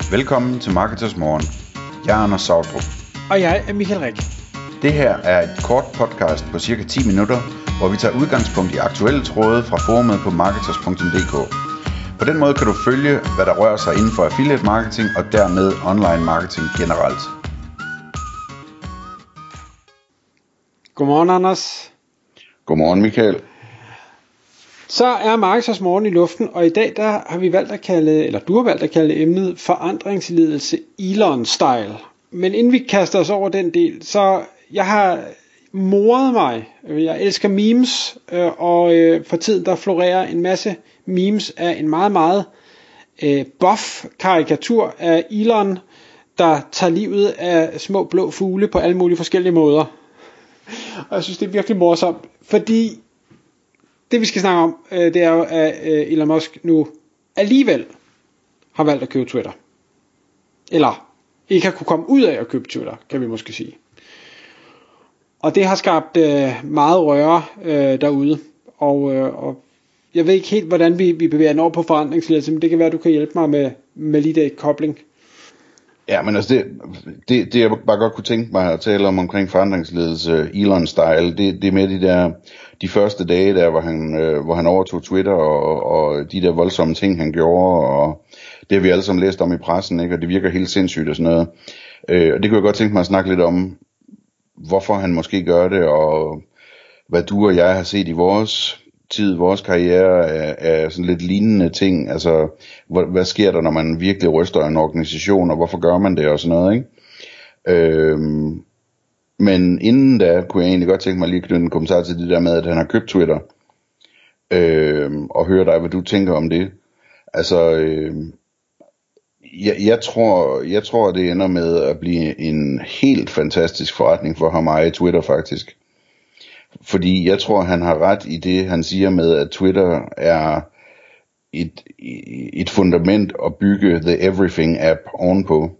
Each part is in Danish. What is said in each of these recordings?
Velkommen til Marketers Morgen. Jeg er Anders Sautrup. Og jeg er Michael Rik. Det her er et kort podcast på cirka 10 minutter, hvor vi tager udgangspunkt i aktuelle tråde fra forumet på marketers.dk. På den måde kan du følge, hvad der rører sig inden for affiliate marketing og dermed online marketing generelt. Godmorgen, Anders. Godmorgen, Michael. Så er Marketers Morgen i luften, og i dag der har vi valgt at kalde, eller du har valgt at kalde emnet forandringsledelse Elon-style. Men inden vi kaster os over den del, så jeg har moret mig. Jeg elsker memes, og for tiden der florerer en masse memes af en meget, meget buff karikatur af Elon, der tager livet af små blå fugle på alle mulige forskellige måder. Og jeg synes, det er virkelig morsomt, fordi det vi skal snakke om, det er jo, at Elon Musk nu alligevel har valgt at købe Twitter. Eller ikke har kunne komme ud af at købe Twitter, kan vi måske sige. Og det har skabt meget røre derude. Og jeg ved ikke helt, hvordan vi bevæger den over på forandringsledelse, men det kan være, at du kan hjælpe mig med lige det kobling. Ja, men altså det jeg bare godt kunne tænke mig at tale om omkring forandringsledelse, Elon-style, det er med de første dage der, hvor han overtog Twitter, og de der voldsomme ting, han gjorde, og det har vi alle sammen læst om i pressen, ikke? Og det virker helt sindssygt og sådan noget. Og det kunne jeg godt tænke mig at snakke lidt om, hvorfor han måske gør det, og hvad du og jeg har set i vores tid, vores karriere af sådan lidt lignende ting. Altså, hvad sker der, når man virkelig ryster en organisation, og hvorfor gør man det og sådan noget, ikke? Men inden da kunne jeg egentlig godt tænke mig lige at knytte en kommentar til det der med, at han har købt Twitter, og høre dig, hvad du tænker om det. Altså, jeg tror det ender med at blive en helt fantastisk forretning for ham at eje Twitter faktisk. Fordi jeg tror, han har ret i det, han siger med, at Twitter er et fundament at bygge The Everything app ovenpå.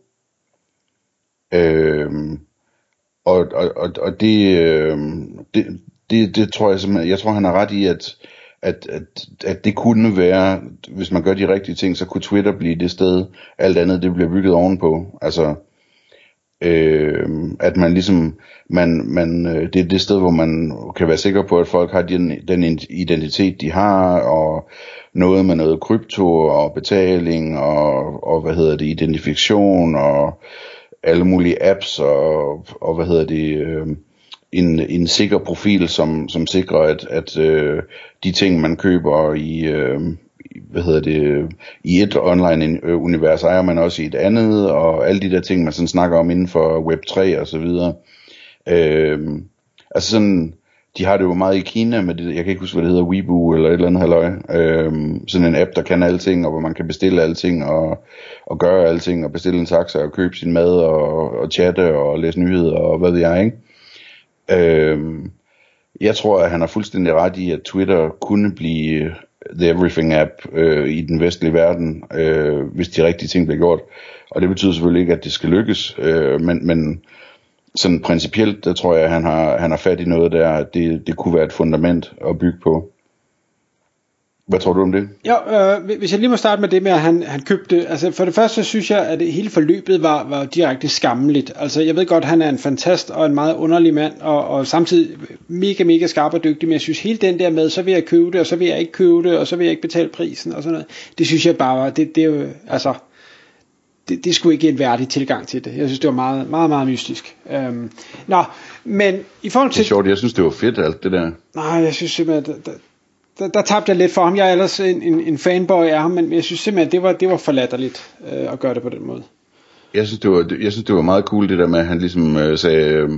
Og det tror jeg simpelthen, jeg tror, han har ret i, at det kunne være, hvis man gør de rigtige ting, så kunne Twitter blive det sted, alt andet det bliver bygget ovenpå. Altså, at man ligesom, det er det sted, hvor man kan være sikker på, at folk har den identitet, de har, og noget med noget krypto, og betaling, og identifikation, og alle mulige apps, og en sikker profil, som sikrer, at de ting, man køber i et online univers, ejer man også i et andet, og alle de der ting, man sådan snakker om inden for Web3 og så videre. Altså sådan, de har det jo meget i Kina med det, jeg kan ikke huske, hvad det hedder, Weibo eller et eller andet halløj. Sådan en app, der kan alting, og hvor man kan bestille alting, og gøre alting, og bestille en taxa, og købe sin mad, og chatte, og læse nyheder, og hvad ved jeg, ikke? Jeg tror, at han har fuldstændig ret i, at Twitter kunne blive The Everything app i den vestlige verden, hvis de rigtige ting bliver gjort. Og det betyder selvfølgelig ikke, at det skal lykkes, men sådan principielt, der tror jeg, at han har fat i noget der, at det kunne være et fundament at bygge på. Hvad tror du om det? Ja, hvis jeg lige må starte med det med, at han købte, altså for det første så synes jeg, at hele forløbet var direkte skammeligt. Altså jeg ved godt, at han er en fantast og en meget underlig mand, og samtidig mega, mega skarp og dygtig, men jeg synes hele den der med, så vil jeg købe det, og så vil jeg ikke købe det, og så vil jeg ikke betale prisen, og sådan noget. Det synes jeg bare var, det er jo, altså, det skulle ikke en værdig tilgang til det. Jeg synes, det var meget, meget, meget mystisk. Men i forhold til... Det er sjovt, jeg synes, det var fedt, alt det der. Nej, jeg synes simpelthen, der tabte jeg lidt for ham. Jeg er ellers en fanboy af ham, men jeg synes simpelthen, det var for latterligt at gøre det på den måde. Jeg synes, det var meget cool, det der med, at han ligesom sagde,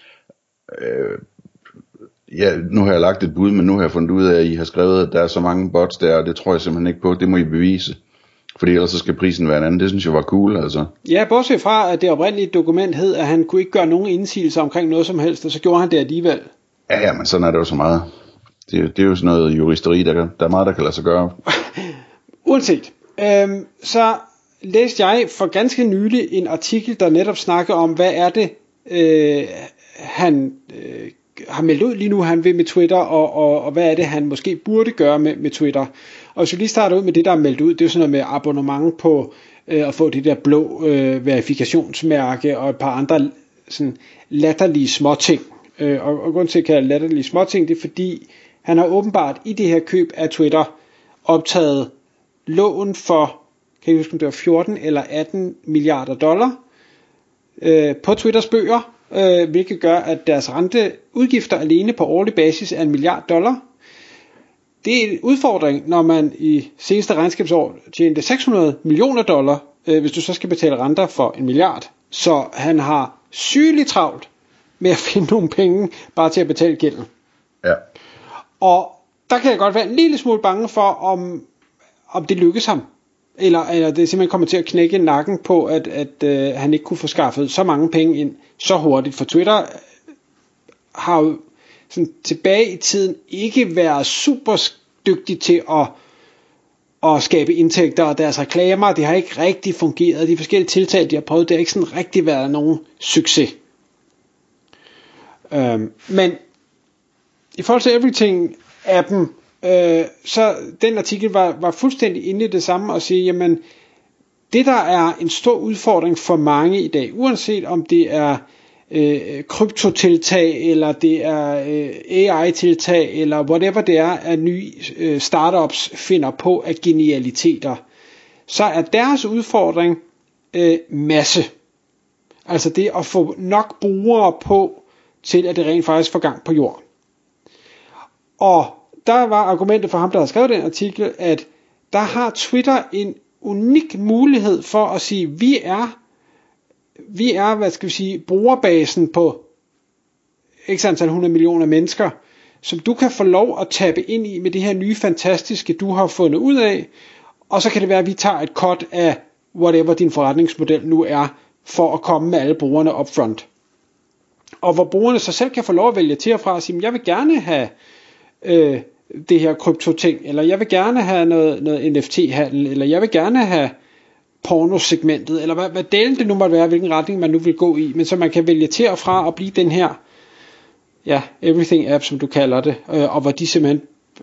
ja, nu har jeg lagt et bud, men nu har jeg fundet ud af, at I har skrevet, at der er så mange bots der, og det tror jeg simpelthen ikke på. Det må I bevise. Fordi ellers så skal prisen være en anden. Det synes jeg var cool, altså. Ja, bortset fra, at det oprindelige dokument hed, at han kunne ikke gøre nogen indsigelser omkring noget som helst, og så gjorde han det alligevel. Ja, men sådan er det jo så meget. Det er jo sådan noget juristeri, der er meget, der kan lade sig gøre. Uanset. Så læste jeg for ganske nylig en artikel, der netop snakker om, hvad er det, han har meldt ud lige nu, han vil med Twitter, og hvad er det, han måske burde gøre med Twitter. Og hvis vi lige starter ud med det, der er meldt ud, det er jo sådan noget med abonnement på at få det der blå verifikationsmærke og et par andre sådan latterlige småting. Og grund til at kalde latterlige småting, det er fordi han har åbenbart i det her køb af Twitter optaget lån for, kan jeg huske om det var 14 eller 18 milliarder dollar på Twitters bøger, hvilket gør, at deres renteudgifter alene på årlig basis er $1 milliard. Det er en udfordring, når man i seneste regnskabsår tjente $600 millioner, hvis du så skal betale renter for $1 milliard. Så han har sygeligt travlt med at finde nogle penge bare til at betale gælden. Ja. Og der kan jeg godt være en lille smule bange for, om det lykkes ham. Eller det simpelthen kommer til at knække nakken på, at han ikke kunne få skaffet så mange penge ind så hurtigt. For Twitter har jo sådan tilbage i tiden ikke været super dygtig til at skabe indtægter, og deres reklamer, det har ikke rigtig fungeret. De forskellige tiltag, de har prøvet, det har ikke sådan rigtig været nogen succes. Men i forhold til Everything-appen, så den artikel var fuldstændig inde i det samme, og sige, jamen, det der er en stor udfordring for mange i dag, uanset om det er kryptotiltag, eller det er AI-tiltag, eller whatever det er, at nye startups finder på af genialiteter, så er deres udfordring masse. Altså det at få nok brugere på, til at det rent faktisk får gang på jorden. Og der var argumentet for ham, der havde skrevet den artikel, at der har Twitter en unik mulighed for at sige, vi er, hvad skal vi sige, brugerbasen på x antal 100 millioner mennesker, som du kan få lov at tappe ind i med det her nye fantastiske, du har fundet ud af, og så kan det være, at vi tager et cut af whatever din forretningsmodel nu er, for at komme med alle brugerne upfront. Og hvor brugerne så selv kan få lov at vælge til og fra og sige, jeg vil gerne have det her kryptoting, eller jeg vil gerne have noget NFT-handel, eller jeg vil gerne have pornosegmentet, eller hvad delen det nu måtte være, hvilken retning man nu vil gå i, men så man kan vælge til og fra at blive den her Everything-app, som du kalder det, og hvor de simpelthen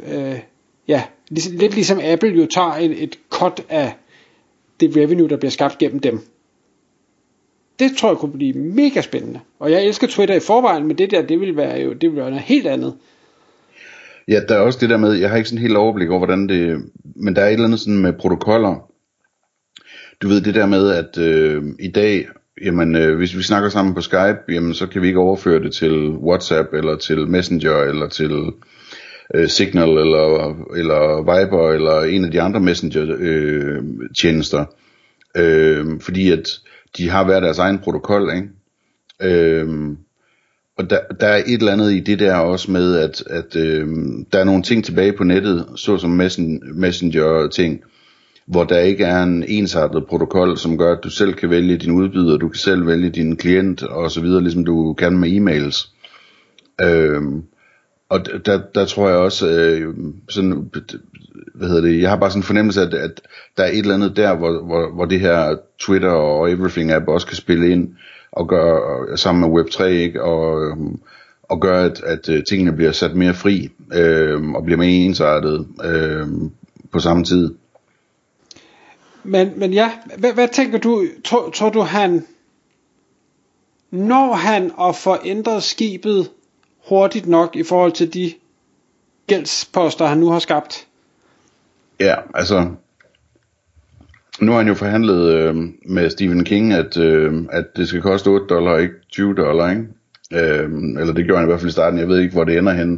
lidt ligesom Apple jo tager et cut af det revenue, der bliver skabt gennem dem. Det tror jeg kunne blive mega spændende, og jeg elsker Twitter i forvejen, men det vil være noget helt andet. Ja, der er også det der med, jeg har ikke sådan helt overblik over, hvordan det, men der er et eller andet sådan med protokoller. Du ved det der med, at i dag, jamen, hvis vi snakker sammen på Skype, jamen, så kan vi ikke overføre det til WhatsApp, eller til Messenger, eller til Signal, eller Viber, eller en af de andre Messenger-tjenester. Fordi at de har hver deres egen protokol, ikke? Og der er et eller andet i det der også med, at der er nogle ting tilbage på nettet, såsom Messenger-ting, hvor der ikke er en ensartet protokol, som gør, at du selv kan vælge din udbyder, du kan selv vælge din klient, og så videre, ligesom du kan med e-mails. Og der tror jeg også, sådan, jeg har bare sådan en fornemmelse af, at der er et eller andet der, hvor det her Twitter og Everything-app også kan spille ind, og gøre sammen med Web3, ikke? Og gøre, at tingene bliver sat mere fri, og bliver mere ensartet på samme tid. Men ja, hvad tænker du, tror du når han at få ændret skibet hurtigt nok i forhold til de gældsposter, han nu har skabt? Ja, altså, nu har han jo forhandlet med Stephen King, at det skal koste $8, ikke $20, ikke? Eller det gjorde han i hvert fald i starten, jeg ved ikke, hvor det ender henne.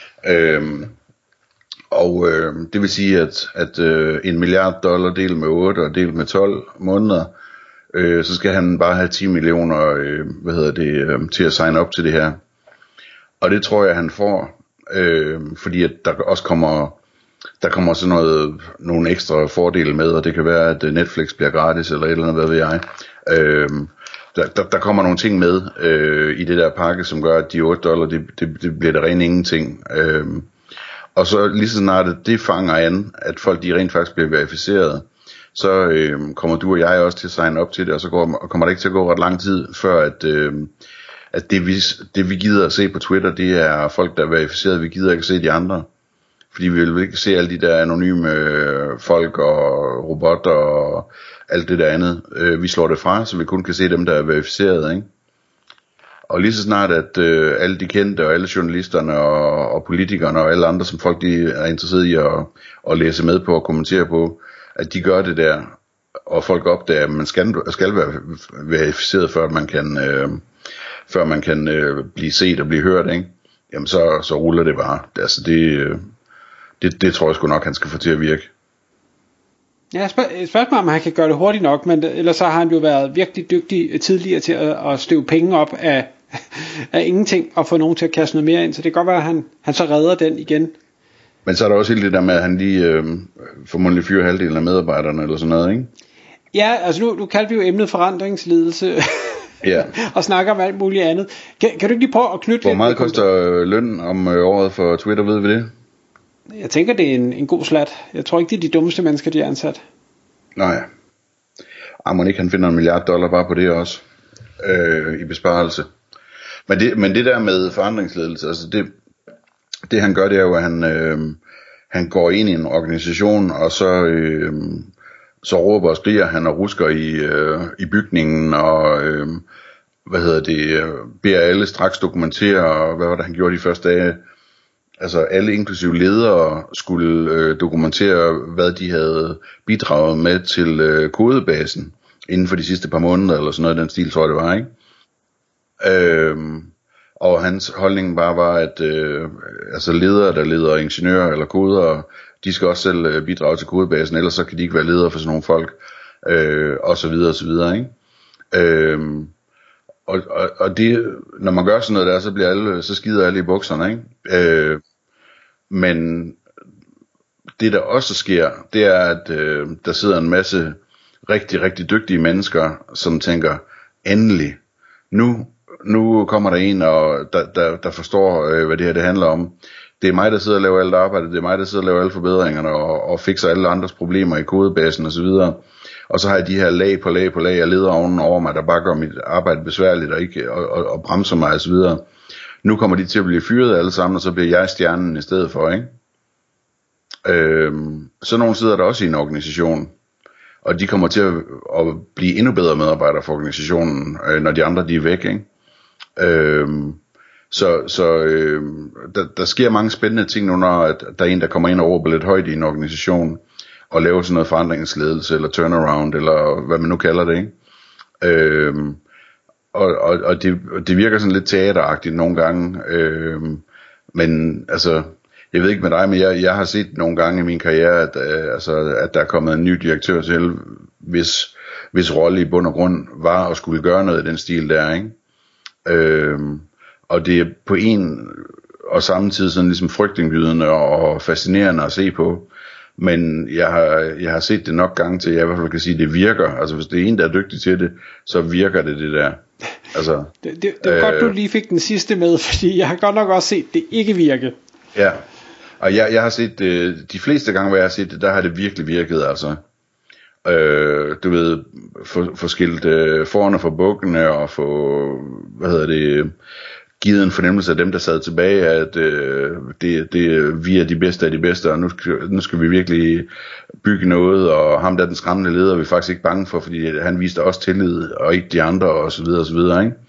Det vil sige, at $1 milliard delt med 8 og delt med 12 måneder, så skal han bare have 10 millioner til at sign op til det her. Og det tror jeg, han får, fordi at der også kommer sådan nogle ekstra fordele med, og det kan være, at Netflix bliver gratis, eller et eller andet, hvad ved jeg. Der kommer nogle ting med i det der pakke, som gør, at de $8, det bliver der rent ingenting. Og så lige så snart det fanger an, at folk de rent faktisk bliver verificeret, så kommer du og jeg også til at signe op til det, og så kommer der ikke til at gå ret lang tid, før at det vi gider at se på Twitter, det er folk, der er verificeret, vi gider ikke at se de andre. Fordi vi vil ikke se alle de der anonyme folk og robotter og alt det der andet. Vi slår det fra, så vi kun kan se dem, der er verificeret, ikke? Og lige så snart, at alle de kendte og alle journalisterne og politikerne og alle andre, som folk de er interesseret i at læse med på og kommentere på, at de gør det der, og folk opdager, at man skal være verificeret, før man kan blive set og blive hørt, ikke? Jamen så ruller det bare. Altså det tror jeg sgu nok, han skal få til at virke. Ja, spørgsmål om han kan gøre det hurtigt nok, men ellers så har han jo været virkelig dygtig tidligere til at støve penge op af ingenting og få nogen til at kaste noget mere ind, så det kan godt være, at han så redder den igen. Men så er der også helt det der med, at han lige formodentlig fyrer halvdelen af medarbejderne eller sådan noget, ikke? Ja, altså nu kaldte vi jo emnet forandringsledelse ja. og snakker om alt muligt andet. Kan du ikke lige prøve at knytte Hvor meget koster løn om året for Twitter, ved vi det? Jeg tænker, det er en god slat. Jeg tror ikke, det er de dummeste mennesker, de er ansat. Nej. Må ikke han finder $1 milliard bare på det også, i besparelse. Men det der med forandringsledelse, altså det han gør, det er jo, at han går ind i en organisation, og så råber og skriger han og rusker i bygningen, og beder alle straks dokumentere, og hvad var det han gjorde de første dage. Altså alle inklusive ledere skulle dokumentere, hvad de havde bidraget med til kodebasen inden for de sidste par måneder, eller sådan noget den stil, tror jeg det var, ikke? Og hans holdning bare var, at altså ledere, der leder ingeniører eller kodere, de skal også selv bidrage til kodebasen, ellers så kan de ikke være ledere for sådan nogle folk, og så videre, og så videre, ikke? Og det, når man gør sådan noget der, så skider alle i bukserne, ikke? Men det der også sker, det er, at der sidder en masse rigtig, rigtig dygtige mennesker, som tænker, endelig, nu kommer der en, og der forstår, hvad det her det handler om. Det er mig, der sidder og laver alt arbejdet, det er mig, der sidder og laver alle forbedringerne, og fikser alle andres problemer i kodebasen og så videre. Og så har jeg de her lag på lag af ledere over mig, der bare gør mit arbejde besværligt og bremser mig og så videre. Nu kommer de til at blive fyret alle sammen, og så bliver jeg stjernen i stedet for, ikke? Så nogen sidder der også i en organisation, og de kommer til at blive endnu bedre medarbejdere for organisationen, når de andre de er væk, ikke? Der sker mange spændende ting nu, når at der er en, der kommer ind og råber lidt højt i en organisation, og laver sådan noget forandringsledelse, eller turnaround, eller hvad man nu kalder det, ikke? Og det virker sådan lidt teateragtigt nogle gange, men altså, jeg ved ikke med dig, men jeg har set nogle gange i min karriere, at der er kommet en ny direktør til, hvis rolle i bund og grund var at skulle gøre noget i den stil der, ikke? Og det er på en og samme tid sådan ligesom frygtindgydende og fascinerende at se på. Men jeg har set det nok gange til, at jeg i hvert fald kan sige, at det virker. Altså hvis det er en, der er dygtig til det, så virker det der. Altså, det var godt, du lige fik den sidste med, fordi jeg har godt nok også set det ikke virke. Ja, og jeg har set det, de fleste gange, hvor jeg har set det, der har det virkelig virket, altså. Du ved, få skilt forerne fra bukkene, og få, givet en fornemmelse af dem, der sad tilbage, at vi er de bedste af de bedste, og nu skal vi virkelig bygge noget, og ham der den skræmmende leder, er vi faktisk ikke bange for, fordi han viste os tillid, og ikke de andre, og så videre, ikke?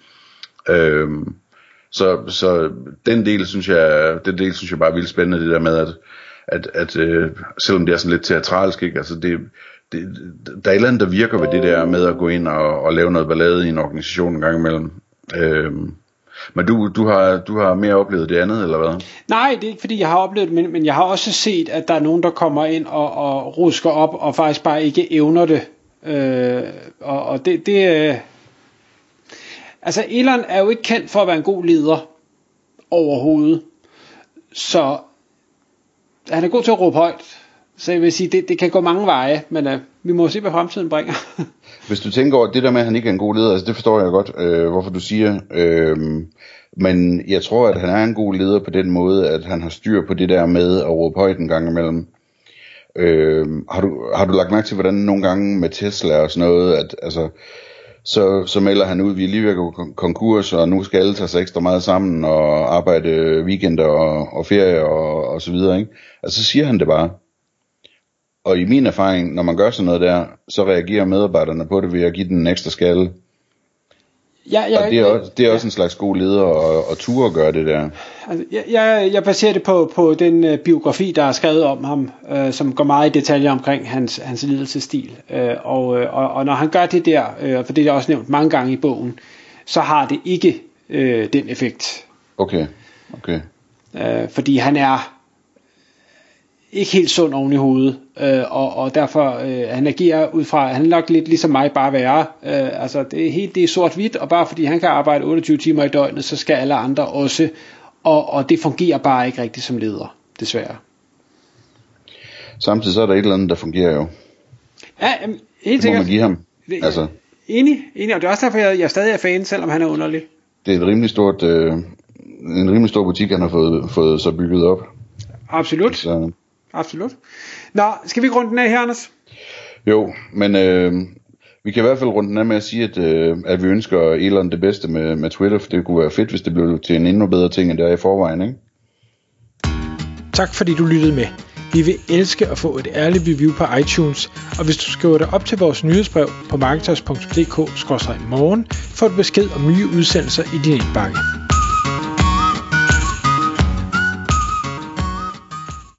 Så den del synes jeg bare er vildt spændende, det der med, at selvom det er sådan lidt teatralsk, ikke? Altså der er et eller andet, der virker ved det der med at gå ind og lave noget ballade i en organisation en gang imellem. Men du har mere oplevet det andet, eller hvad? Nej, det er ikke fordi jeg har oplevet det, men jeg har også set, at der er nogen, der kommer ind og rusker op, og faktisk bare ikke evner det. Og det altså Elon er jo ikke kendt for at være en god leder overhovedet. Så han er god til at råbe højt. Så jeg vil sige, det kan gå mange veje, men vi må se, hvad fremtiden bringer. Hvis du tænker over det der med, at han ikke er en god leder, altså det forstår jeg godt, hvorfor du siger. Men jeg tror, at han er en god leder på den måde, at han har styr på det der med at råbe højt en gang imellem. Har du lagt mærke til, hvordan nogle gange med Tesla og sådan noget, at altså, så melder han ud, vi er lige ved at gå konkurs, og nu skal alle tage sig ekstra meget sammen, og arbejde weekender og ferie og så videre, ikke? Altså, så siger han det bare. Og i min erfaring, når man gør sådan noget der, så reagerer medarbejderne på det ved at give den en ekstra skalle. Og det er også en slags god leder og ture at gøre det der. Altså, jeg baserer det på den biografi, der er skrevet om ham, som går meget i detaljer omkring hans ledelsesstil. Og når han gør det der, for det er også nævnt mange gange i bogen, så har det ikke den effekt. Okay. Fordi han er ikke helt sund oven i hovedet, og derfor han agerer ud fra, han er nok lidt ligesom mig, bare være. Altså det er sort-hvidt, og bare fordi han kan arbejde 28 timer i døgnet, så skal alle andre også, og det fungerer bare ikke rigtigt som leder, desværre. Samtidig så er der et eller andet, der fungerer jo. Ja, helt sikkert. Det må man give ham. Altså. Enig, og det er også derfor, jeg stadig er fan, selvom han er underlig. Det er en rimelig stor butik, han har fået så bygget op. Absolut. Så. Absolut. Nå, skal vi ikke runde den af her, Anders? Jo, men vi kan i hvert fald runde den af med at sige, at vi ønsker Elon det bedste med Twitter, for det kunne være fedt, hvis det blev til en endnu bedre ting, end det er i forvejen, ikke? Tak fordi du lyttede med. Vi vil elske at få et ærligt review på iTunes, og hvis du skriver dig op til vores nyhedsbrev på marketers.dk/morgen, får du besked om nye udsendelser i din indbakke.